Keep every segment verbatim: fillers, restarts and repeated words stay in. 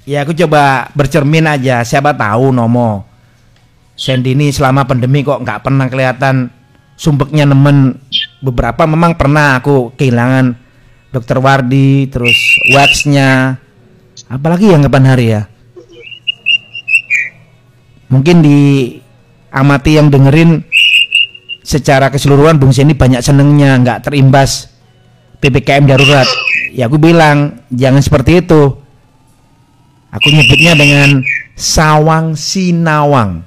Ya aku coba bercermin aja, siapa tahu Nomo Sandy ini selama pandemi kok nggak pernah kelihatan sumpeknya nemen. Beberapa memang pernah aku kehilangan dokter Wardi, terus waxnya, apalagi yang kapan hari ya. Mungkin diamati yang dengerin secara keseluruhan Bung Sandy banyak senengnya, nggak terimbas P P K M darurat. Ya aku bilang jangan seperti itu. Aku nyebutnya dengan sawang sinawang.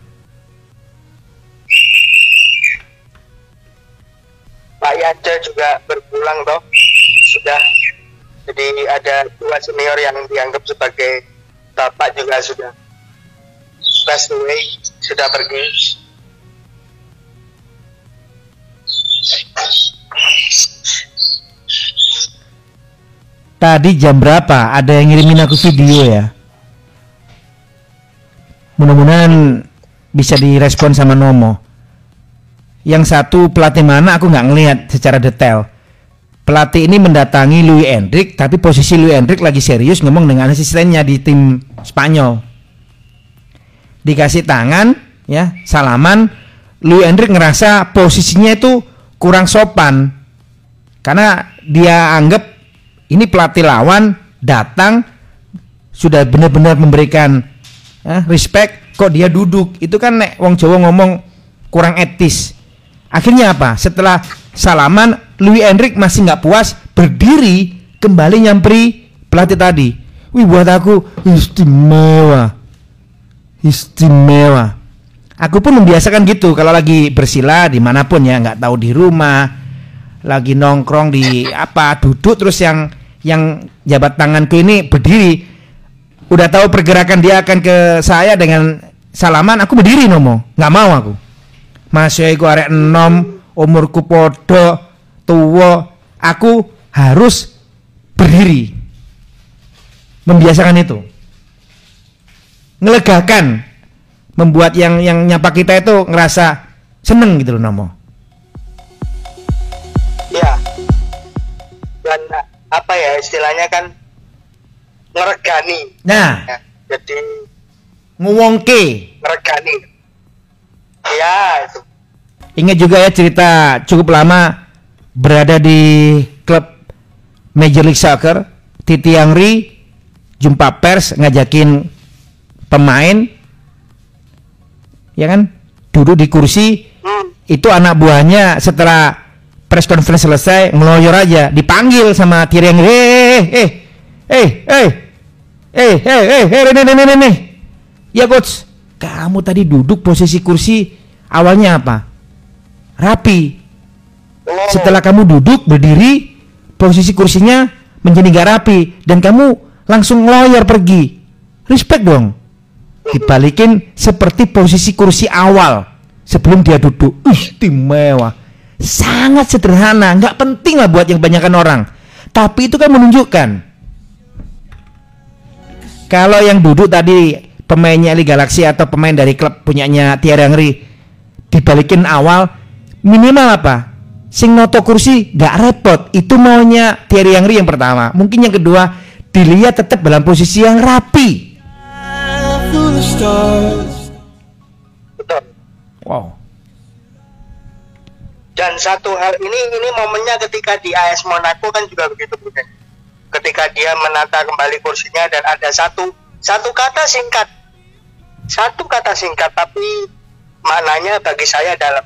Pak Yada juga berpulang toh, sudah. Jadi ada dua senior yang dianggap sebagai bapak juga sudah passed away, sudah pergi. Tadi jam berapa? Ada yang ngirimin aku video ya. Mudah-mudahan bisa direspon sama Nomo. Yang satu pelatih mana aku nggak ngelihat secara detail. Pelatih ini mendatangi Luis Enrique, tapi posisi Luis Enrique lagi serius ngomong dengan asistennya di tim Spanyol. Dikasih tangan, ya, salaman. Luis Enrique ngerasa posisinya itu kurang sopan karena dia anggap ini pelatih lawan datang sudah benar-benar memberikan eh, respect, kok dia duduk. Itu kan nek wong Jawa ngomong kurang etis. Akhirnya apa? Setelah salaman, Luis Enrique masih nggak puas, berdiri kembali nyamperi pelatih tadi. Wih, buat aku istimewa, istimewa. Aku pun membiasakan gitu kalau lagi bersila dimanapun ya, nggak tahu di rumah, lagi nongkrong di apa, duduk terus yang yang jabat tanganku ini berdiri. Udah tahu pergerakan dia akan ke saya dengan salaman, aku berdiri Nomo, nggak mau aku. Masih aku arek enom, umurku podo, tua, aku harus berdiri. Membiasakan itu, ngelegakan, membuat yang yang nyapa kita itu ngerasa seneng gitu loh Nomo. Ya, dan apa ya istilahnya kan ngeregani. Nah, ya, jadi ngewongke, ngeregani. Ya, itu. Ingat juga ya cerita cukup lama berada di klub Major League Soccer, Titi Angri jumpa pers ngajakin pemain, ya kan, duduk di kursi. Hmm. Itu anak buahnya setelah press conference selesai ngeloyor aja, dipanggil sama Thierry Henry, eh eh eh eh eh eh eh eh ini ini ini ini ya coach, kamu tadi duduk posisi kursi awalnya apa? Rapi. Setelah kamu duduk berdiri, posisi kursinya menjadi gak rapi dan kamu langsung ngeloyor pergi. Respect dong. Dibalikin seperti posisi kursi awal sebelum dia duduk. Istimewa. Sangat sederhana, nggak penting lah buat yang kebanyakan orang. Tapi itu kan menunjukkan kalau yang duduk tadi pemainnya Liga Galaxy atau pemain dari klub punyanya Thierry Henry, dibalikin awal, minimal apa? Sing noto kursi nggak repot. Itu maunya Thierry Henry yang pertama. Mungkin yang kedua dilihat tetap dalam posisi yang rapi. Wow. Dan satu hal ini ini momennya ketika di A S Monaco kan juga begitu Buden. Ketika dia menata kembali kursinya dan ada satu satu kata singkat, satu kata singkat tapi maknanya bagi saya dalam,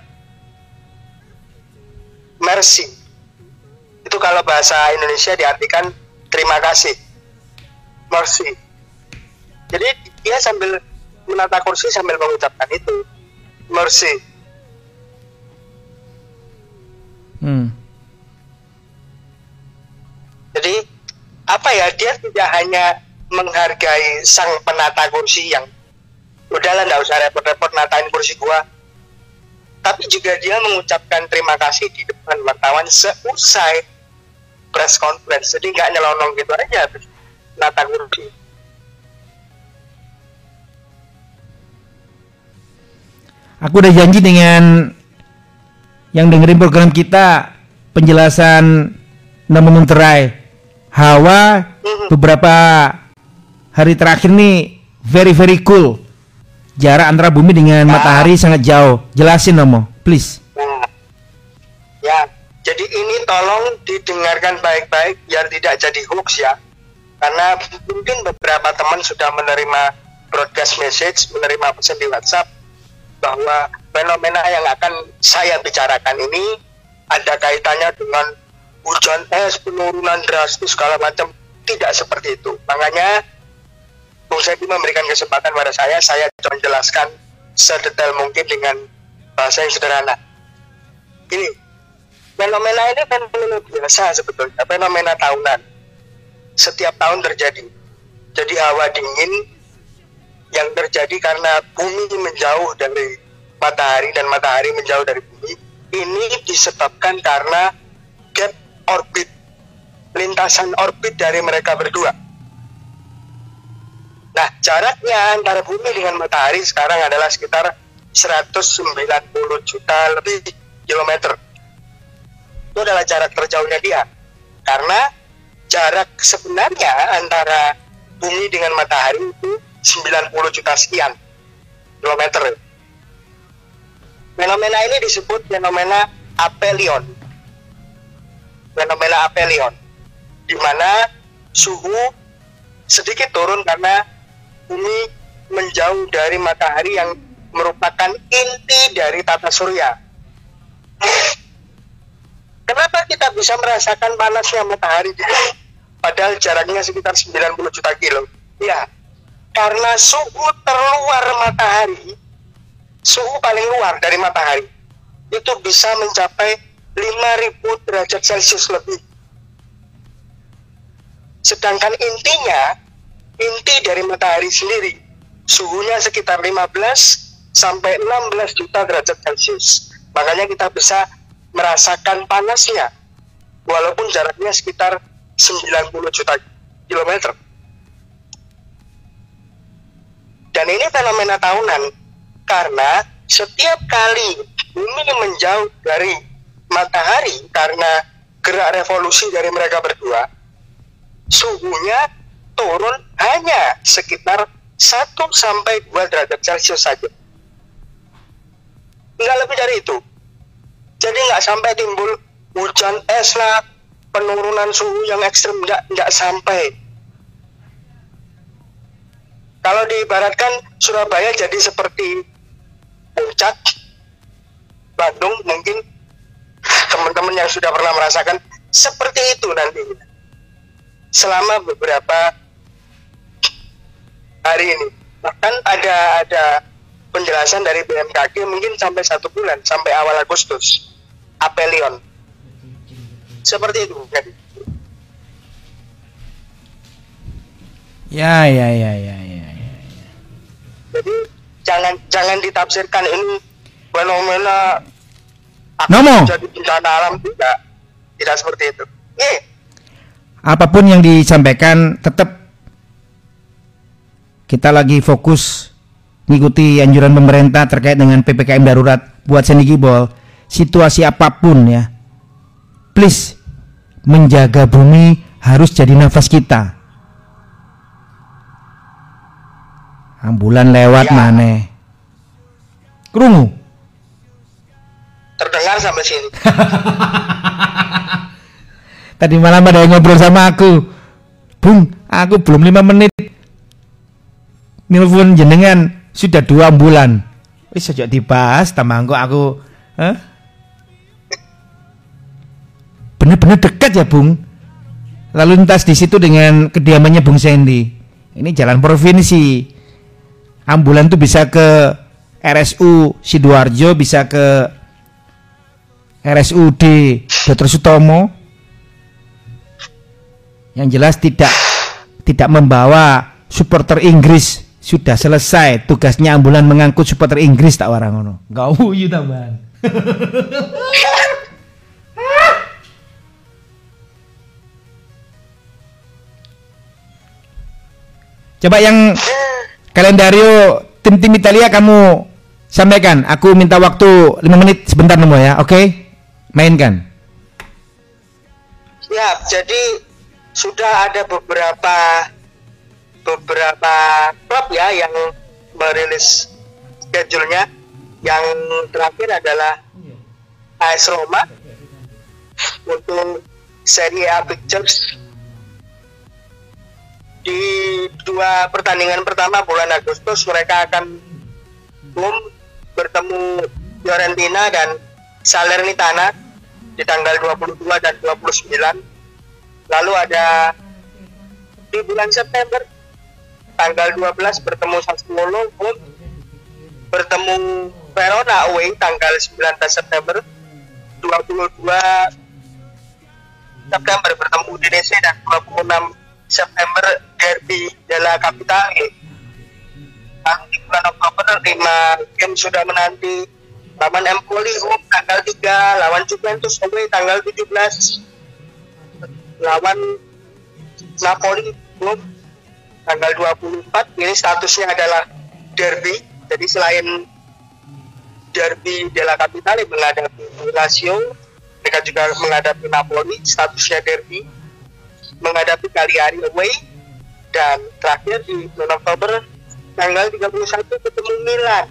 mercy. Itu kalau bahasa Indonesia diartikan terima kasih, mercy. Jadi dia sambil menata kursi sambil mengucapkan itu, mercy. Hmm. Jadi apa ya, dia tidak hanya menghargai sang penata kursi yang udahlah nggak usah repot-repot natain kursi gua, tapi juga dia mengucapkan terima kasih di depan wartawan seusai press conference. Jadi nggak nyelonong gitu aja habis nata kursi. Aku udah janji dengan yang dengerin program kita penjelasan Namun Terai Hawa beberapa hari terakhir nih very very cool. Jarak antara bumi dengan Nah. matahari sangat jauh. Jelasin Romo, please. Nah, ya, jadi ini tolong didengarkan baik-baik biar tidak jadi hoax ya. Karena mungkin beberapa teman sudah menerima broadcast message, menerima pesan di WhatsApp bahwa fenomena yang akan saya bicarakan ini ada kaitannya dengan hujan es, penurunan drastis segala macam. Tidak seperti itu. Makanya Bung Sandy memberikan kesempatan pada saya, saya coba jelaskan sedetail mungkin dengan bahasa yang sederhana. Ini fenomena ini fenomena biasa sebetulnya, fenomena tahunan. Setiap tahun terjadi. Jadi hawa dingin yang terjadi karena bumi menjauh dari matahari dan matahari menjauh dari bumi, ini disebabkan karena gap orbit, lintasan orbit dari mereka berdua. Nah, jaraknya antara bumi dengan matahari sekarang adalah sekitar seratus sembilan puluh juta lebih kilometer. Itu adalah jarak terjauhnya dia. Karena jarak sebenarnya antara bumi dengan matahari itu sembilan puluh juta sekian kilometer. Fenomena ini disebut fenomena aphelion. Fenomena aphelion, di mana suhu sedikit turun karena bumi menjauh dari matahari yang merupakan inti dari tata surya. Kenapa kita bisa merasakan panasnya matahari padahal jaraknya sekitar sembilan puluh juta kilo? Ya, karena suhu terluar matahari, suhu paling luar dari matahari itu bisa mencapai lima ribu derajat Celcius lebih. Sedangkan intinya, inti dari matahari sendiri, suhunya sekitar lima belas sampai enam belas juta derajat Celcius. Makanya kita bisa merasakan panasnya, walaupun jaraknya sekitar sembilan puluh juta kilometer. Dan ini fenomena tahunan, karena setiap kali bumi menjauh dari matahari karena gerak revolusi dari mereka berdua, suhunya turun hanya sekitar satu sampai dua derajat Celcius saja. Nggak lebih dari itu. Jadi nggak sampai timbul hujan es lah, penurunan suhu yang ekstrim, nggak, nggak sampai. Kalau diibaratkan Surabaya jadi seperti puncak, Bandung mungkin teman-teman yang sudah pernah merasakan seperti itu nanti. Selama beberapa hari ini, bahkan ada ada penjelasan dari B M K G mungkin sampai satu bulan, sampai awal Agustus, aphelion seperti itu. Jadi Ya, ya, ya, ya, ya, ya. jadi jangan jangan ditafsirkan ini fenomena Nomo. jadi bencana alam, tidak tidak seperti itu. Nih, Apapun yang disampaikan, tetap kita lagi fokus mengikuti anjuran pemerintah terkait dengan P P K M darurat buat Sandy Gibol. Situasi apapun ya, please menjaga bumi harus jadi nafas kita. Ambulan lewat Ya. maneh. Krungu. terdengar sampai sini. Tadi malam ada yang ngobrol sama aku, Bung, aku belum lima menit nelfon jenengan sudah dua bulan. Wis sejak dibahas, tambah kok aku, huh? Bener-bener dekat ya Bung. Lalu lintas di situ dengan kediamannya Bung Sandy. Ini jalan provinsi. Ambulan tuh bisa ke R S U Sidoarjo, bisa ke R S U D Dokter Sutomo. Yang jelas tidak tidak membawa supporter Inggris. Sudah selesai tugasnya ambulan mengangkut supporter Inggris tak warang ngono. Enggak uyu tambahan. Coba yang kalendario tim-tim Italia kamu sampaikan. Aku minta waktu lima menit sebentar Nomo ya. Oke? Okay? Mainkan. Ya, jadi sudah ada beberapa beberapa klub ya yang merilis schedule-nya. Yang terakhir adalah A S Roma untuk Serie A Pictures. Di dua pertandingan pertama bulan Agustus mereka akan boom bertemu Fiorentina dan Salernitana di tanggal dua puluh dua dan dua puluh sembilan. Lalu ada di bulan September tanggal dua belas bertemu Sassuolo, boom bertemu Verona away tanggal sembilan belas September. Dua puluh dua September bertemu Udinese dan dua puluh enam September Derby della Capitale. Lalu di bulan Oktober lima game sudah menanti, lawan Empoli home tanggal tiga, lawan Juventus away tanggal tujuh belas, lawan Napoli home tanggal dua puluh empat. Ini statusnya adalah derby, jadi selain Derby della Capitale menghadapi Lazio, mereka juga menghadapi Napoli, statusnya derby, menghadapi Cagliari away, dan terakhir di bulan Oktober tanggal tiga puluh satu ketemu Milan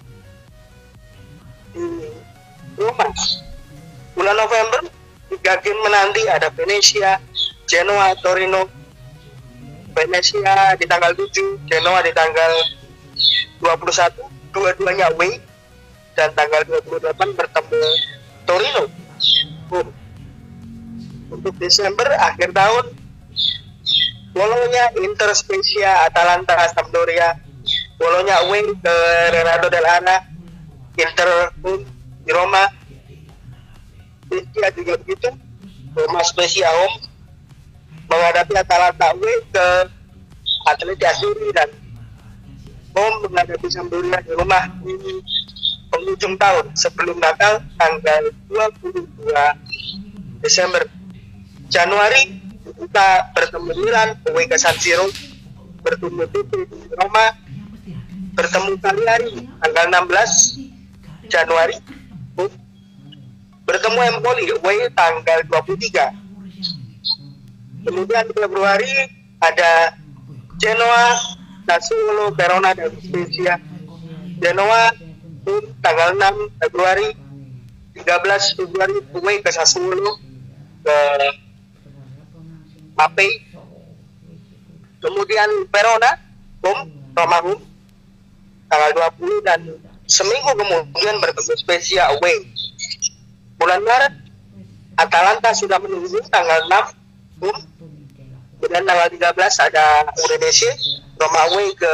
di Roma. Bulan November tiga game menanti, ada Venezia, Genoa, Torino. Venezia di tanggal tujuh, Genoa di tanggal dua puluh satu, dua-duanya away, dan tanggal dua puluh delapan bertemu Torino. Untuk Desember akhir tahun Bologna, Inter, Spezia, Atalanta, Sampdoria. Bologna away ke Renato Dell'Ara, Inter home di Roma. Spezia juga begitu, Roma Spezia home menghadapi Atalanta away ke Atleti Asuri, dan home menghadapi Sampdoria di rumah di penghujung tahun sebelum Natal tanggal dua puluh dua Desember. Januari kita bertemu Milan away ke San Siro, bertemu Tutu di Roma, bertemu Cagliari tanggal enam belas Januari, bertemu Empoli away tanggal dua puluh tiga. Kemudian di Februari ada Genoa, Sassuolo, Verona, dan Spezia. Genoa tanggal enam Februari, tiga belas Februari away ke Sassuolo, ke Mapei. Kemudian Verona home, Roma home tanggal dua puluh, dan seminggu kemudian bertemu Spezia away. Bulan Maret Atalanta sudah menunggu tanggal enam home. Kemudian tanggal tiga belas ada Udinese, Roma away ke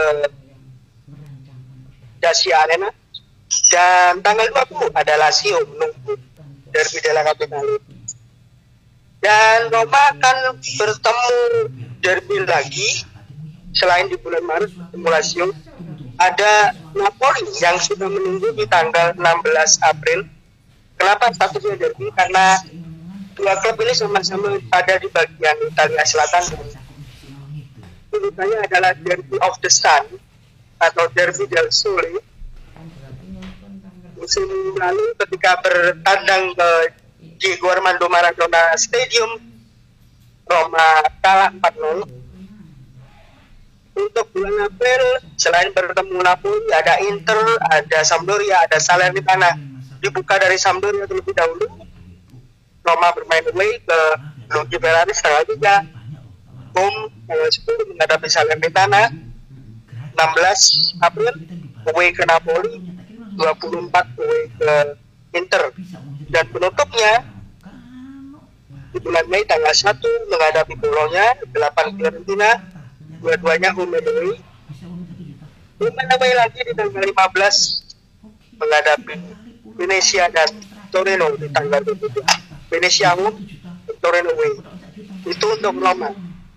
Dacia Arena, dan tanggal dua puluh ada Lazio menunggu Derby della Capitale. Dan Roma akan bertemu derby lagi selain di bulan Maret bertemu Lazio. Ada Napoli yang sudah menunggu di tanggal enam belas April. Kenapa statusnya derby? Karena dua klub ini sama-sama ada di bagian Italia Selatan. Sebutannya adalah Derby of the Sun atau Derby del Sole. Musim lalu ketika bertandang ke Diego Armando Maradona Stadium, Roma kalah empat nol. Untuk bulan April selain bertemu Napoli ada Inter, ada Sampdoria, ada Salernitana. Dibuka dari Sampdoria terlebih dahulu. Roma bermain away ke Luigi Ferraris tanggal tiga, home tanggal sepuluh menghadapi Salernitana. Enam belas April away ke Napoli, dua puluh empat away ke Inter, dan penutupnya di bulan Mei tanggal satu menghadapi Bologna, delapan Fiorentina, dua-duanya home and away. Home and away lagi di tanggal lima belas menghadapi Venezia dan Torino di tanggal dua puluh dua. Venezia home, Torino away. Itu untuk Roma.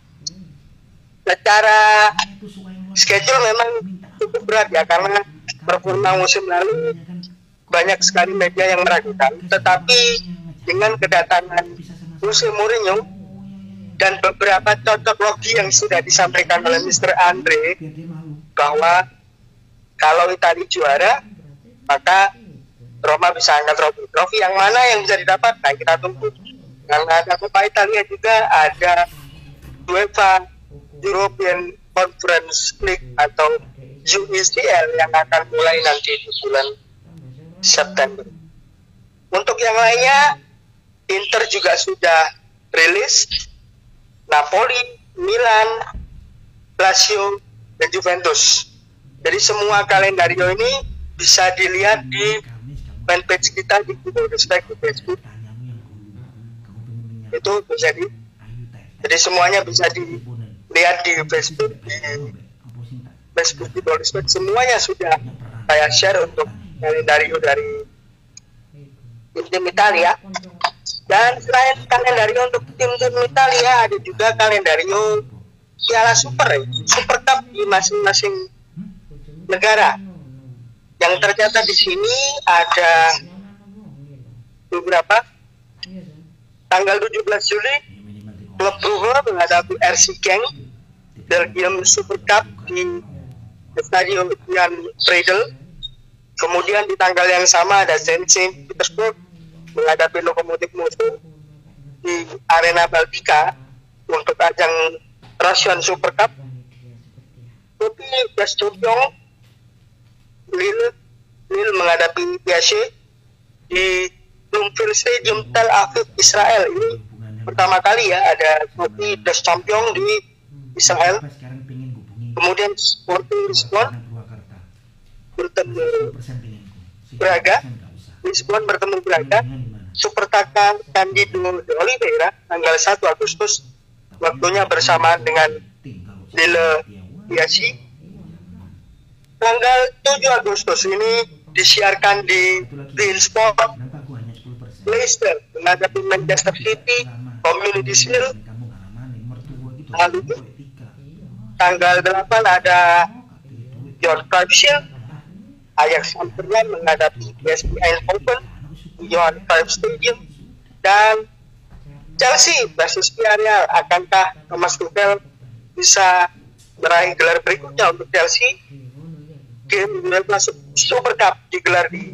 Secara schedule memang cukup berat ya, karena performa musim lalu banyak sekali media yang meragukan. Tetapi dengan kedatangan Jose Mourinho dan beberapa cocok logi yang sudah disampaikan oleh mister Andre bahwa kalau Italia juara maka Roma bisa angkat trofi. Trofi yang mana yang bisa didapat? Nah, kita tunggu. Karena ada Coppa Italia juga, ada UEFA European Conference League atau U E C L yang akan mulai nanti di bulan September. Untuk yang lainnya, Inter juga sudah rilis, Napoli, Milan, Lazio, dan Juventus. Jadi semua kalendario ini bisa dilihat di fanpage kita di Google Respect di Facebook. Itu bisa di, jadi semuanya bisa dilihat di Facebook, di Facebook di Google Respect. Semuanya sudah saya share untuk kalendario dari tim Italia. Dan selain kalendario untuk tim-tim Italia, ada juga kalendario Piala Super, Super Cup di masing-masing negara. Yang tercatat di sini ada beberapa. Tanggal tujuh belas Juli, klub Brugge menghadapi R C Genk, Belgium Super Cup di Stadion Jan Breidel. Kemudian di tanggal yang sama ada Saint Petersburg menghadapi Lokomotif Moskow di Arena Baltika untuk ajang Russian Super Cup. Tapi Gastopion Lille, Lille menghadapi P S G di Bloomfield Stadium Tel Aviv, Israel. Ini pertama kali ya ada trofi des Champions di Israel. Kemudian Sporting Lisbon bertemu Braga, Lisbon bertemu Braga, Super Taka Candido de Oliveira tanggal satu Agustus, waktunya bersamaan dengan Lille P S G. Tanggal tujuh Agustus ini disiarkan di beIN Sport, Leicester menghadapi Manchester City, Community Shield. Lalu tanggal delapan ada Johan Cruyff Shield, Ajax Amsterdam menghadapi P S V Eindhoven, Johan Cruyff Stadium, dan Chelsea versus Villarreal. Akankah Thomas Tuchel bisa meraih gelar berikutnya untuk Chelsea? Game UEFA Super Cup digelar di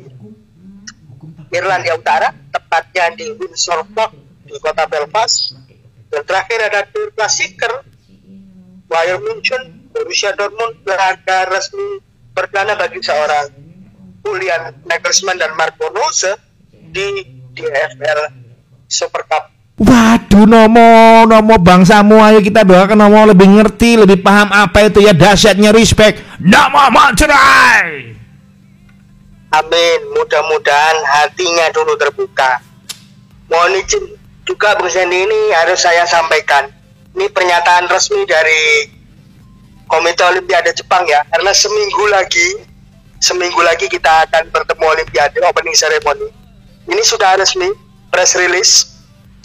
Irlandia Utara, tepatnya di Windsor Park di kota Belfast. Dan terakhir ada Der Klassiker, Bayern Munchen, Borussia Dortmund, laga resmi perdana bagi seorang Julian Nagelsmann dan Marco Rose di D F L Super Cup. Waduh, Nomo, Nomo bangsamu, ayo kita doakan Nomo lebih ngerti, lebih paham apa itu ya dahsyatnya Respect Nomo Monterrey. Amin, mudah-mudahan hatinya dulu terbuka. Mohon izin juga Bung Sandy, ini harus saya sampaikan. Ini pernyataan resmi dari Komite Olimpiade Jepang ya, karena seminggu lagi, seminggu lagi kita akan bertemu Olimpiade opening ceremony. Ini sudah resmi, press release.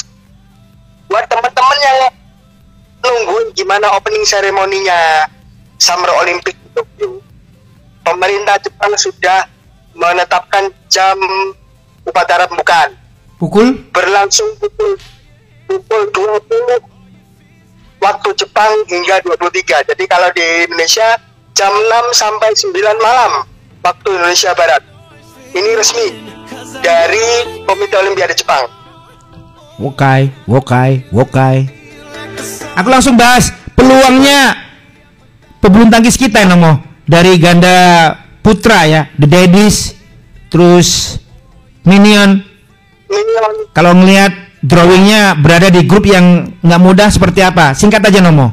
Buat teman-teman yang nungguin gimana opening ceremony-nya Summer Olympic di Tokyo, pemerintah Jepang sudah menetapkan jam upacara pembukaan. Pukul? Berlangsung pukul pukul dua puluh waktu Jepang hingga dua puluh tiga. Jadi kalau di Indonesia jam enam sampai sembilan malam waktu Indonesia Barat. Ini resmi dari Komite Olimpiade Jepang. Wokai, wokai, wokai. Aku langsung bahas peluangnya pebulu tangkis kita yang Nomo dari ganda putra ya, The Daddies, terus Minion. Minion. Kalau ngelihat drawingnya berada di grup yang nggak mudah seperti apa? Singkat aja Nomo.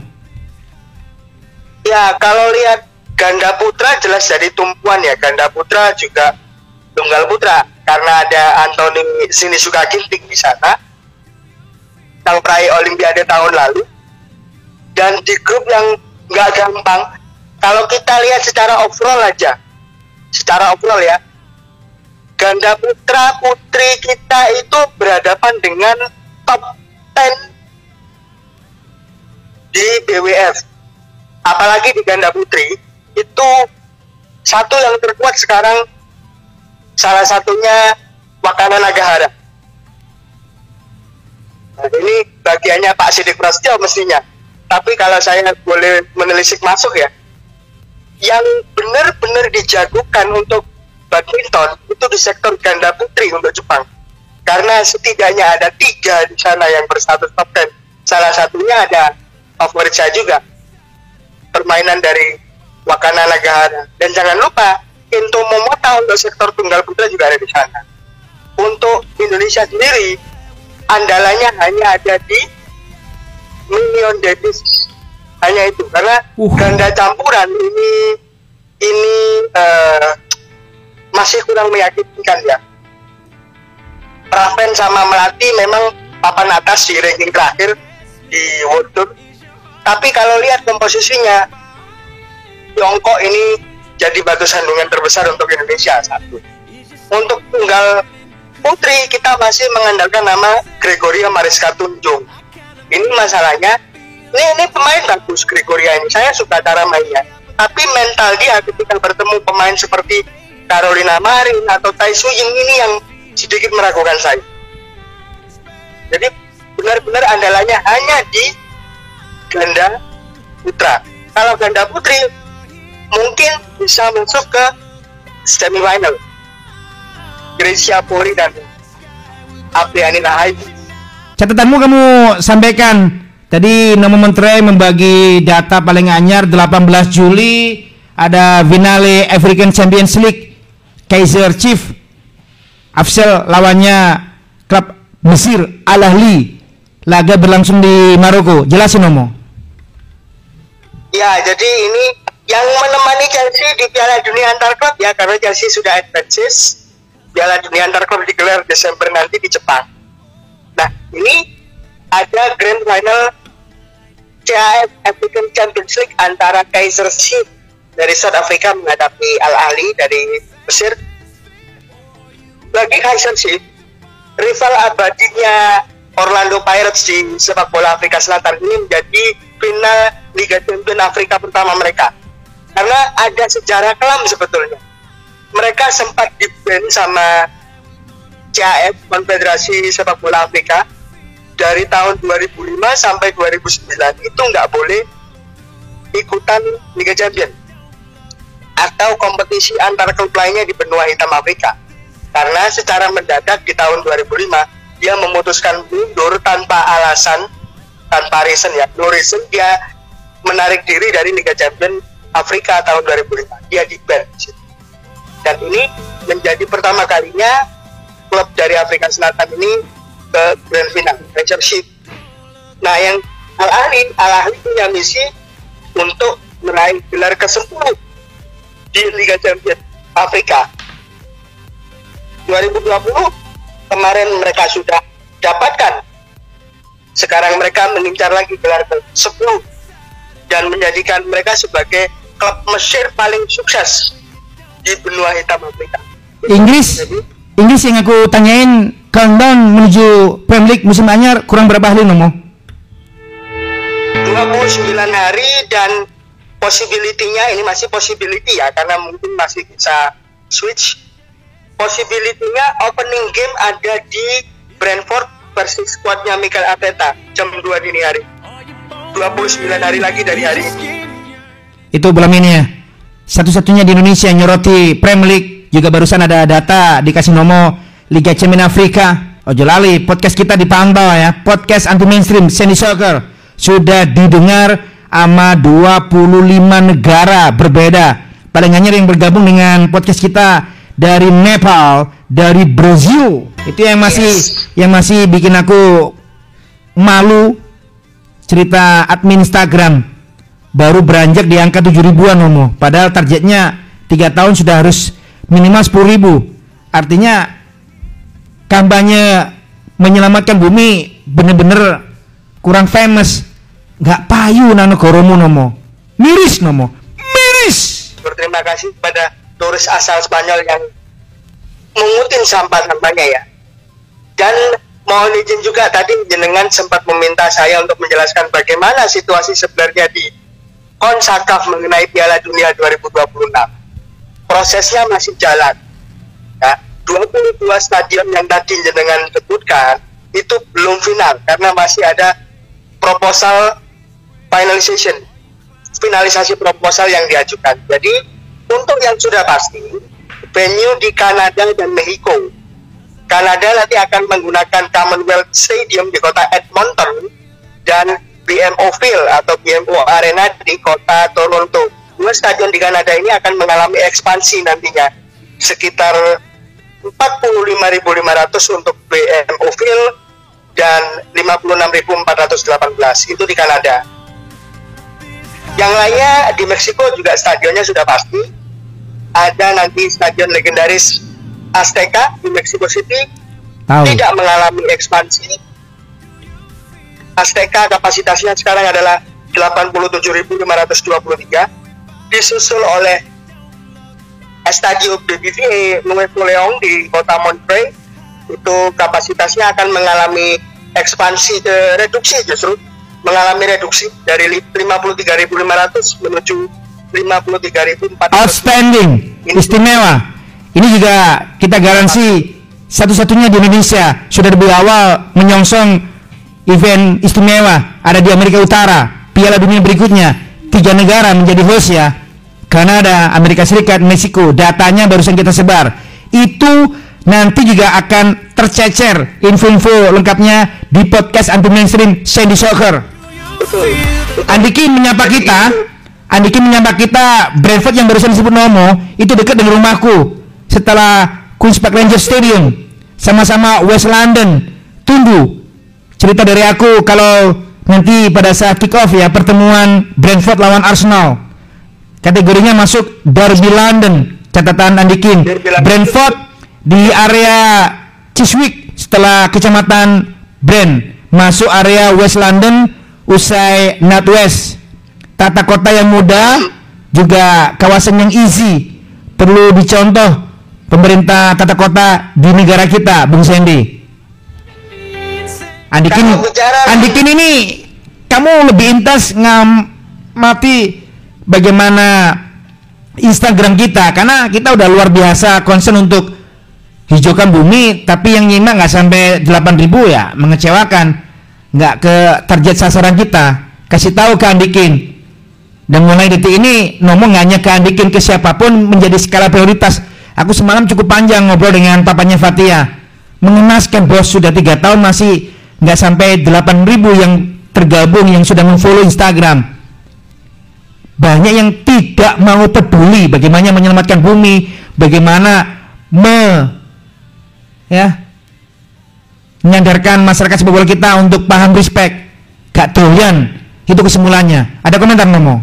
Ya kalau lihat ganda putra jelas dari tumpuan ya, ganda putra juga tunggal putra karena ada Anthony Sinisuka Ginting di sana. Yang peraih Olimpiade tahun lalu, dan di grup yang nggak gampang. Kalau kita lihat secara overall aja, secara overall ya, ganda putra putri kita itu berhadapan dengan top sepuluh di B W F. Apalagi di ganda putri itu satu yang terkuat sekarang, salah satunya Wakana Nagahara. Nah, ini bagiannya Pak Sidik Prasetyo mestinya. Tapi kalau saya boleh menelisik masuk ya, yang benar-benar dijagokan untuk badminton itu di sektor ganda putri untuk Jepang. Karena setidaknya ada tiga di sana yang berstatus top sepuluh. Salah satunya ada favorit saya juga, permainan dari Wakana Nagahara. Dan jangan lupa Kento Momota untuk sektor tunggal putra juga ada di sana. Untuk Indonesia sendiri, andalannya hanya ada di Minion Davis, hanya itu. Karena uh. ganda campuran ini ini uh, masih kurang meyakinkan ya. Praven sama Melati memang papan atas di ranking terakhir di World Tour. Tapi kalau lihat komposisinya, Tiongkok ini jadi batu sandungan terbesar untuk Indonesia satu. Untuk tunggal putri kita masih mengandalkan nama Gregoria Mariska Tunjung. Ini masalahnya, ini, ini pemain bagus Gregoria ini, saya suka cara mainnya. Tapi mental dia ketika bertemu pemain seperti Carolina Marin atau Tai Tzu Ying ini yang sedikit meragukan saya. Jadi benar-benar andalannya hanya di ganda putra. Kalau ganda putri mungkin bisa masuk ke semifinal. Gracia Poli dan Apriani Rahayu. Catatanmu kamu sampaikan. Tadi Nomo Montre membagi data paling anyar delapan belas Juli ada finale African Champions League Kaizer Chiefs Afsel lawannya klub Mesir Al Ahly. Laga berlangsung di Maroko. Jelasin Nomo. Ya, jadi ini yang menemani Chelsea di Piala Dunia antar klub ya, karena Chelsea sudah advances. Piala Dunia antar klub digelar Desember nanti di Jepang. Nah, ini ada grand final C A F African Champions League antara Kaizer Chiefs dari South Africa menghadapi Al Ahly dari Mesir. Bagi Kaizer Chiefs, rival abadinya Orlando Pirates di sepak bola Afrika Selatan ini menjadi final Liga Champions Afrika pertama mereka. Karena ada sejarah kelam sebetulnya. Mereka sempat di-ban sama C A F, Konfederasi Sepak Bola Afrika, dari tahun dua ribu lima sampai dua ribu sembilan. Itu nggak boleh ikutan Liga Champions atau kompetisi antar klub lainnya di benua hitam Afrika. Karena secara mendadak di tahun dua ribu lima, dia memutuskan mundur tanpa alasan, tanpa reason ya, no reason, dia menarik diri dari Liga Champions Afrika tahun dua ribu lima. Dia di-ban. Dan ini menjadi pertama kalinya klub dari Afrika Selatan ini ke grand final, Kaizer Chiefs. Nah, yang Al Ahly, Al Ahly punya misi untuk meraih gelar kesepuluh di Liga Champions Afrika. dua ribu dua puluh kemarin mereka sudah dapatkan. Sekarang mereka mengincar lagi gelar ke sepuluh dan menjadikan mereka sebagai klub Mesir paling sukses di benua hitam Afrika. Inggris, Jadi, Inggris yang aku tanyain, countdown menuju Premier League musim anyar kurang berapa hari Nomo? dua puluh sembilan hari dan possibility-nya ini masih possibility ya, karena mungkin masih bisa switch. Possibility-nya opening game ada di Brentford versus squadnya Mikel Arteta jam dua dini hari. dua puluh sembilan hari lagi dari hari ini. Itu belum ini ya. Satu-satunya di Indonesia yang nyoroti Premier League. Juga barusan ada data dikasih Nomo Liga Champions Afrika. Ojo lali, podcast kita dipantau ya. Podcast anti mainstream Sandy Soccer sudah didengar sama dua puluh lima negara berbeda. Paling anyar yang bergabung dengan podcast kita dari Nepal, dari Brazil. Itu yang masih yes. yang masih bikin aku malu. Cerita admin Instagram baru beranjak di angka tujuh ribuan Nomo. Padahal targetnya tiga tahun sudah harus minimal sepuluh ribu. Artinya kampanye menyelamatkan bumi bener-bener kurang famous. Gak payu nano goromu Nomo. Miris Nomo. Miris. Berterima kasih pada turis asal Spanyol yang mengutin sampah-sampahnya ya. Dan mohon izin juga, tadi jenengan sempat meminta saya untuk menjelaskan bagaimana situasi sebenarnya di CONCACAF mengenai Piala Dunia dua ribu dua puluh enam. Prosesnya masih jalan. Ya, dua puluh dua stadion yang tadi jenengan sebutkan itu belum final karena masih ada proposal finalization, finalisasi proposal yang diajukan. Jadi untuk yang sudah pasti, venue di Kanada dan Meksiko. Kanada nanti akan menggunakan Commonwealth Stadium di kota Edmonton dan B M O Field atau B M O Arena di kota Toronto. Dua stadion di Kanada ini akan mengalami ekspansi nantinya, sekitar empat puluh lima ribu lima ratus untuk B M O Field dan lima puluh enam ribu empat ratus delapan belas itu di Kanada. Yang lainnya di Meksiko juga stadionnya sudah pasti. Ada nanti stadion legendaris Azteca di Mexico City. Tahu. Tidak mengalami ekspansi. Azteca kapasitasnya sekarang adalah delapan puluh tujuh ribu lima ratus dua puluh tiga, disusul oleh Estadio B B V A Nuevo León di kota Monterrey. Itu kapasitasnya akan mengalami ekspansi ke reduksi, justru mengalami reduksi dari lima puluh tiga ribu lima ratus menuju lima puluh tiga ribu empat ratus. Outstanding, istimewa. Ini juga kita garansi satu-satunya di Indonesia sudah lebih awal menyongsong event istimewa ada di Amerika Utara, Piala Dunia berikutnya. Tiga negara menjadi host ya, Kanada, Amerika Serikat, Meksiko. Datanya barusan kita sebar. Itu nanti juga akan tercecer info-info lengkapnya di podcast anti mainstream Sandy Soccer. Andikin menyapa kita, Andikin menyapa kita. Brentford yang barusan disebut Nomo itu dekat dengan rumahku. Setelah Queen's Park Rangers Stadium, sama-sama West London. Tunggu cerita dari aku kalau nanti pada saat kick off ya, pertemuan Brentford lawan Arsenal. Kategorinya masuk Derby London. Catatan Andikin, Brentford di area Chiswick setelah kecamatan Brent, masuk area West London usai Northwest. Tata kota yang mudah, juga kawasan yang easy. Perlu dicontoh pemerintah tata kota di negara kita, Bung Sandy. Andikin, Andikin ini kamu lebih intas ngamati bagaimana Instagram kita, karena kita udah luar biasa concern untuk hijaukan bumi, tapi yang nyimak nggak sampai delapan ribu ya, mengecewakan. Nggak ke target sasaran kita. Kasih tahu ke Andikin. Dan mulai detik ini ngomong nggak hanya ke Andikin, ke siapapun menjadi skala prioritas. Aku semalam cukup panjang ngobrol dengan papanya Fatia, mengenaskan bos sudah tiga tahun masih nggak sampai delapan ribu yang tergabung yang sudah memfollow Instagram. Banyak yang tidak mau peduli bagaimana menyelamatkan bumi, bagaimana me ya menyadarkan masyarakat sepak bola kita untuk paham respect. Gak doyan, itu kesimpulannya. Ada komentar Nomo?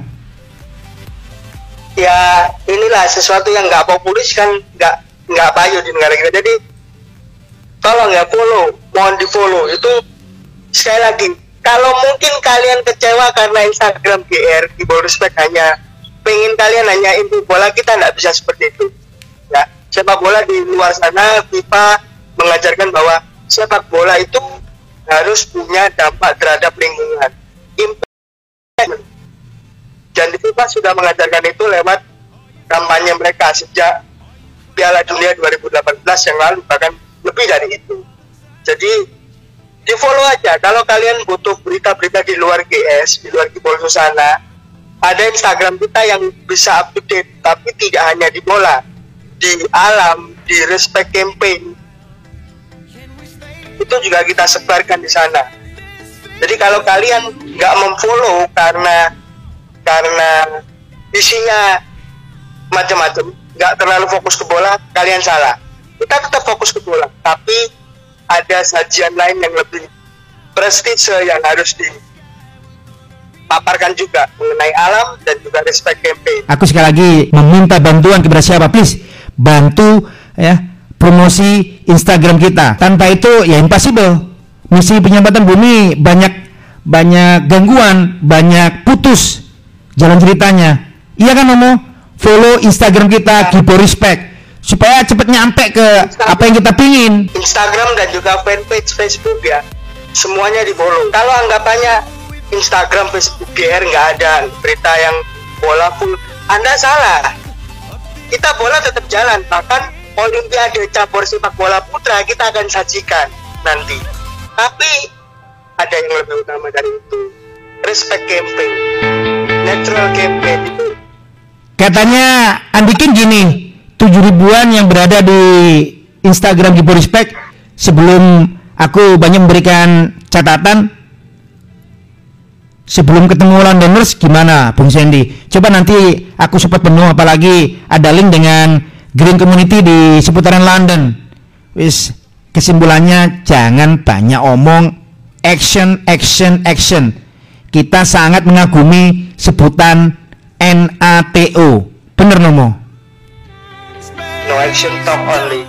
Ya inilah sesuatu yang nggak populis kan, nggak nggak payu di negara kita. Jadi tolong ya follow, mohon di follow. Itu sekali lagi, kalau mungkin kalian kecewa karena Instagram G R Keyboard Respect hanya pengen kalian hanya info bola, kita nggak bisa seperti itu. Ya, sepak bola di luar sana FIFA mengajarkan bahwa sepak bola itu harus punya dampak terhadap lingkungan, impact. Dan di FIFA sudah mengajarkan itu lewat kampanye mereka sejak Piala Dunia dua ribu delapan belas yang lalu, bahkan lebih dari itu. Jadi di follow aja. Kalau kalian butuh berita-berita di luar G S, di luar Keyboard Susana, ada Instagram kita yang bisa up to date, tapi tidak hanya di bola, di alam, di respect campaign, itu juga kita sebarkan di sana. Jadi kalau kalian nggak memfollow karena karena isinya macam-macam, nggak terlalu fokus ke bola, kalian salah. Kita tetap fokus ke bola, tapi ada sajian lain yang lebih prestise yang harus dipaparkan juga mengenai alam dan juga respect campaign. Aku sekali lagi meminta bantuan kepada siapa, please bantu ya promosi Instagram kita. Tanpa itu ya impossible. Misi penyelamatan bumi banyak banyak gangguan, banyak putus jalan ceritanya. Iya kan Nomo? Follow Instagram kita, Keyboard Respect, supaya cepat nyampe ke Instagram, apa yang kita pingin. Instagram dan juga fanpage Facebook ya, semuanya di follow. Kalau anggapannya Instagram, Facebook G R nggak ada berita yang bola full, Anda salah. Kita bola tetap jalan, bahkan Olimpiade cabur sepak bola putra kita akan sajikan nanti. Tapi ada yang lebih utama dari itu, respect campaign, natural campaign itu. Katanya Andikin gini, tujuh ribuan yang berada di Instagram Keyboard Respect. Sebelum aku banyak memberikan catatan, sebelum ketemu Londoners gimana Bung Sandy? Coba nanti aku support penuh, apalagi ada link dengan Green Community di seputaran London. Wis, kesimpulannya jangan banyak omong, action, action, action. Kita sangat mengagumi sebutan N A T O. Bener Nomo? No action, talk only.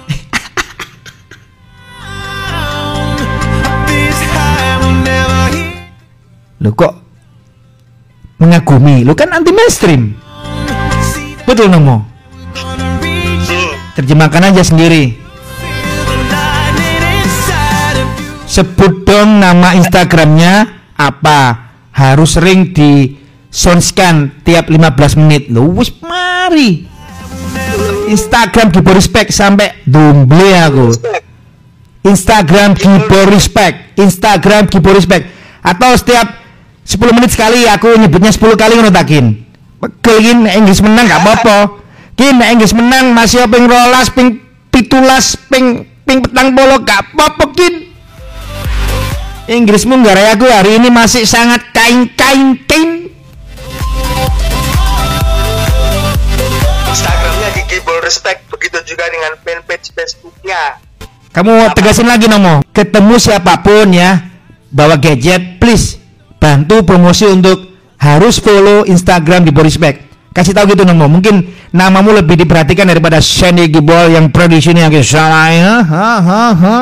Lu kok mengagumi? Lu kan anti mainstream. Betul Nomo? Terjemahkan aja sendiri. Sebut dong nama Instagramnya apa? Harus sering di soundscan tiap lima belas menit. Lu wis mari. Instagram Gibo Respect sampai dumble aku. Instagram Gibo Respect. Instagram Gibo Respect. Atau setiap sepuluh menit sekali aku nyebutnya sepuluh kali ngono takin. Pegel iki nek Inggris menang gak apa-apa. Ki nek Inggris menang masih ping rolas, ping pitulas, ping ping petang polo gak apa-apa kin. Inggrismu nggarai aku hari ini masih sangat kain-kain-kain. Instagramnya di Gibo Respect, begitu juga dengan fanpage Facebooknya. Kamu tegasin lagi Nomo. Ketemu siapapun ya bawa gadget, please bantu promosi untuk harus follow Instagram Gibo Respect. Kasih tahu gitu Nomo. Mungkin namamu lebih diperhatikan daripada Sandy Gibol yang produksinya kayak salah ya. Ha ha ha.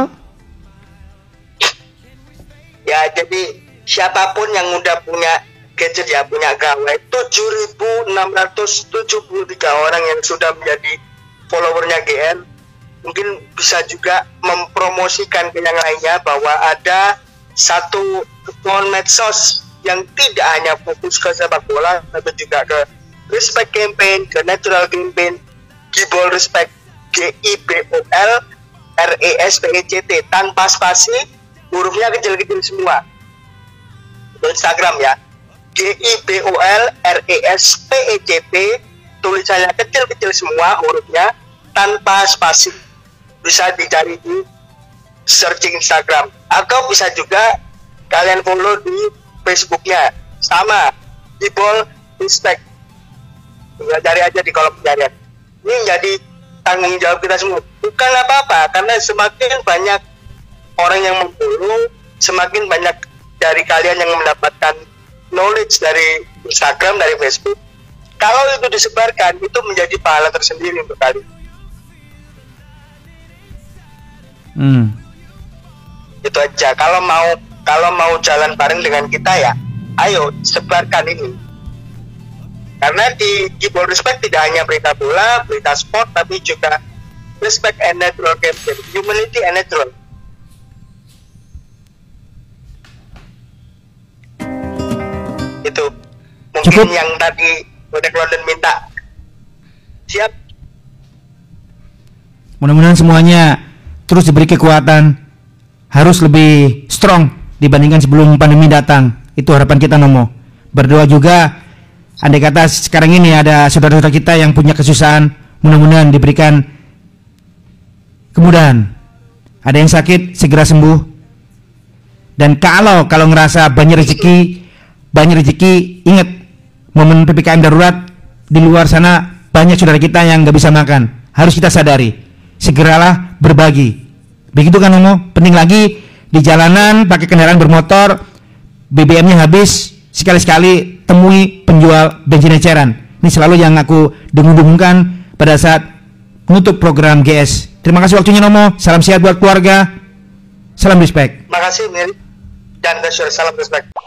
Ya, jadi siapapun yang udah punya gadget ya, punya gawai, tujuh ribu enam ratus tujuh puluh tiga orang yang sudah menjadi followernya G N, mungkin bisa juga mempromosikan ke yang lainnya bahwa ada satu akun medsos yang tidak hanya fokus ke sepak bola, tapi juga ke Respect Campaign, ke Natural Campaign, Gibol Respect, G I B O L R E S P E C T, tanpa spasi, hurufnya kecil-kecil semua. Untuk Instagram ya, G I B O L R E S P E C T, tulisannya kecil-kecil semua hurufnya, tanpa spasi. Bisa dicari di searching Instagram, atau bisa juga kalian follow di Facebooknya, sama Gibol Respect. Tinggal cari aja di kolom pencarian. Ini jadi tanggung jawab kita semua, bukan apa-apa, karena semakin banyak orang yang memfollow, semakin banyak dari kalian yang mendapatkan knowledge dari Instagram, dari Facebook. Kalau itu disebarkan, itu menjadi pahala tersendiri untuk kalian. Hmm. Itu aja. Kalau mau kalau mau jalan bareng dengan kita ya, ayo sebarkan ini. Karena di Gibol Respect tidak hanya berita bola, berita sport, tapi juga Respect and Natural Campaign, Humanity and Natural. Itu mungkin Cukup. Yang tadi Bonek London minta. Siap. Mudah-mudahan semuanya terus diberi kekuatan, harus lebih strong dibandingkan sebelum pandemi datang. Itu harapan kita Nomo. Berdoa juga, andai kata sekarang ini ada saudara-saudara kita yang punya kesusahan, mudah-mudahan diberikan kemudahan. Ada yang sakit segera sembuh. Dan kalau kalau ngerasa banyak rezeki, banyak rezeki, ingat momen P P K M darurat di luar sana banyak saudara kita yang nggak bisa makan. Harus kita sadari. Segeralah berbagi. Begitu kan Nomo? Penting lagi di jalanan pakai kendaraan bermotor, B B M-nya habis, sekali-sekali temui penjual bensin eceran. Ini selalu yang aku dengung-dengungkan pada saat menutup program G S. Terima kasih waktunya Nomo. Salam sehat buat keluarga. Salam respect. Makasih Miri. Dan salam respect.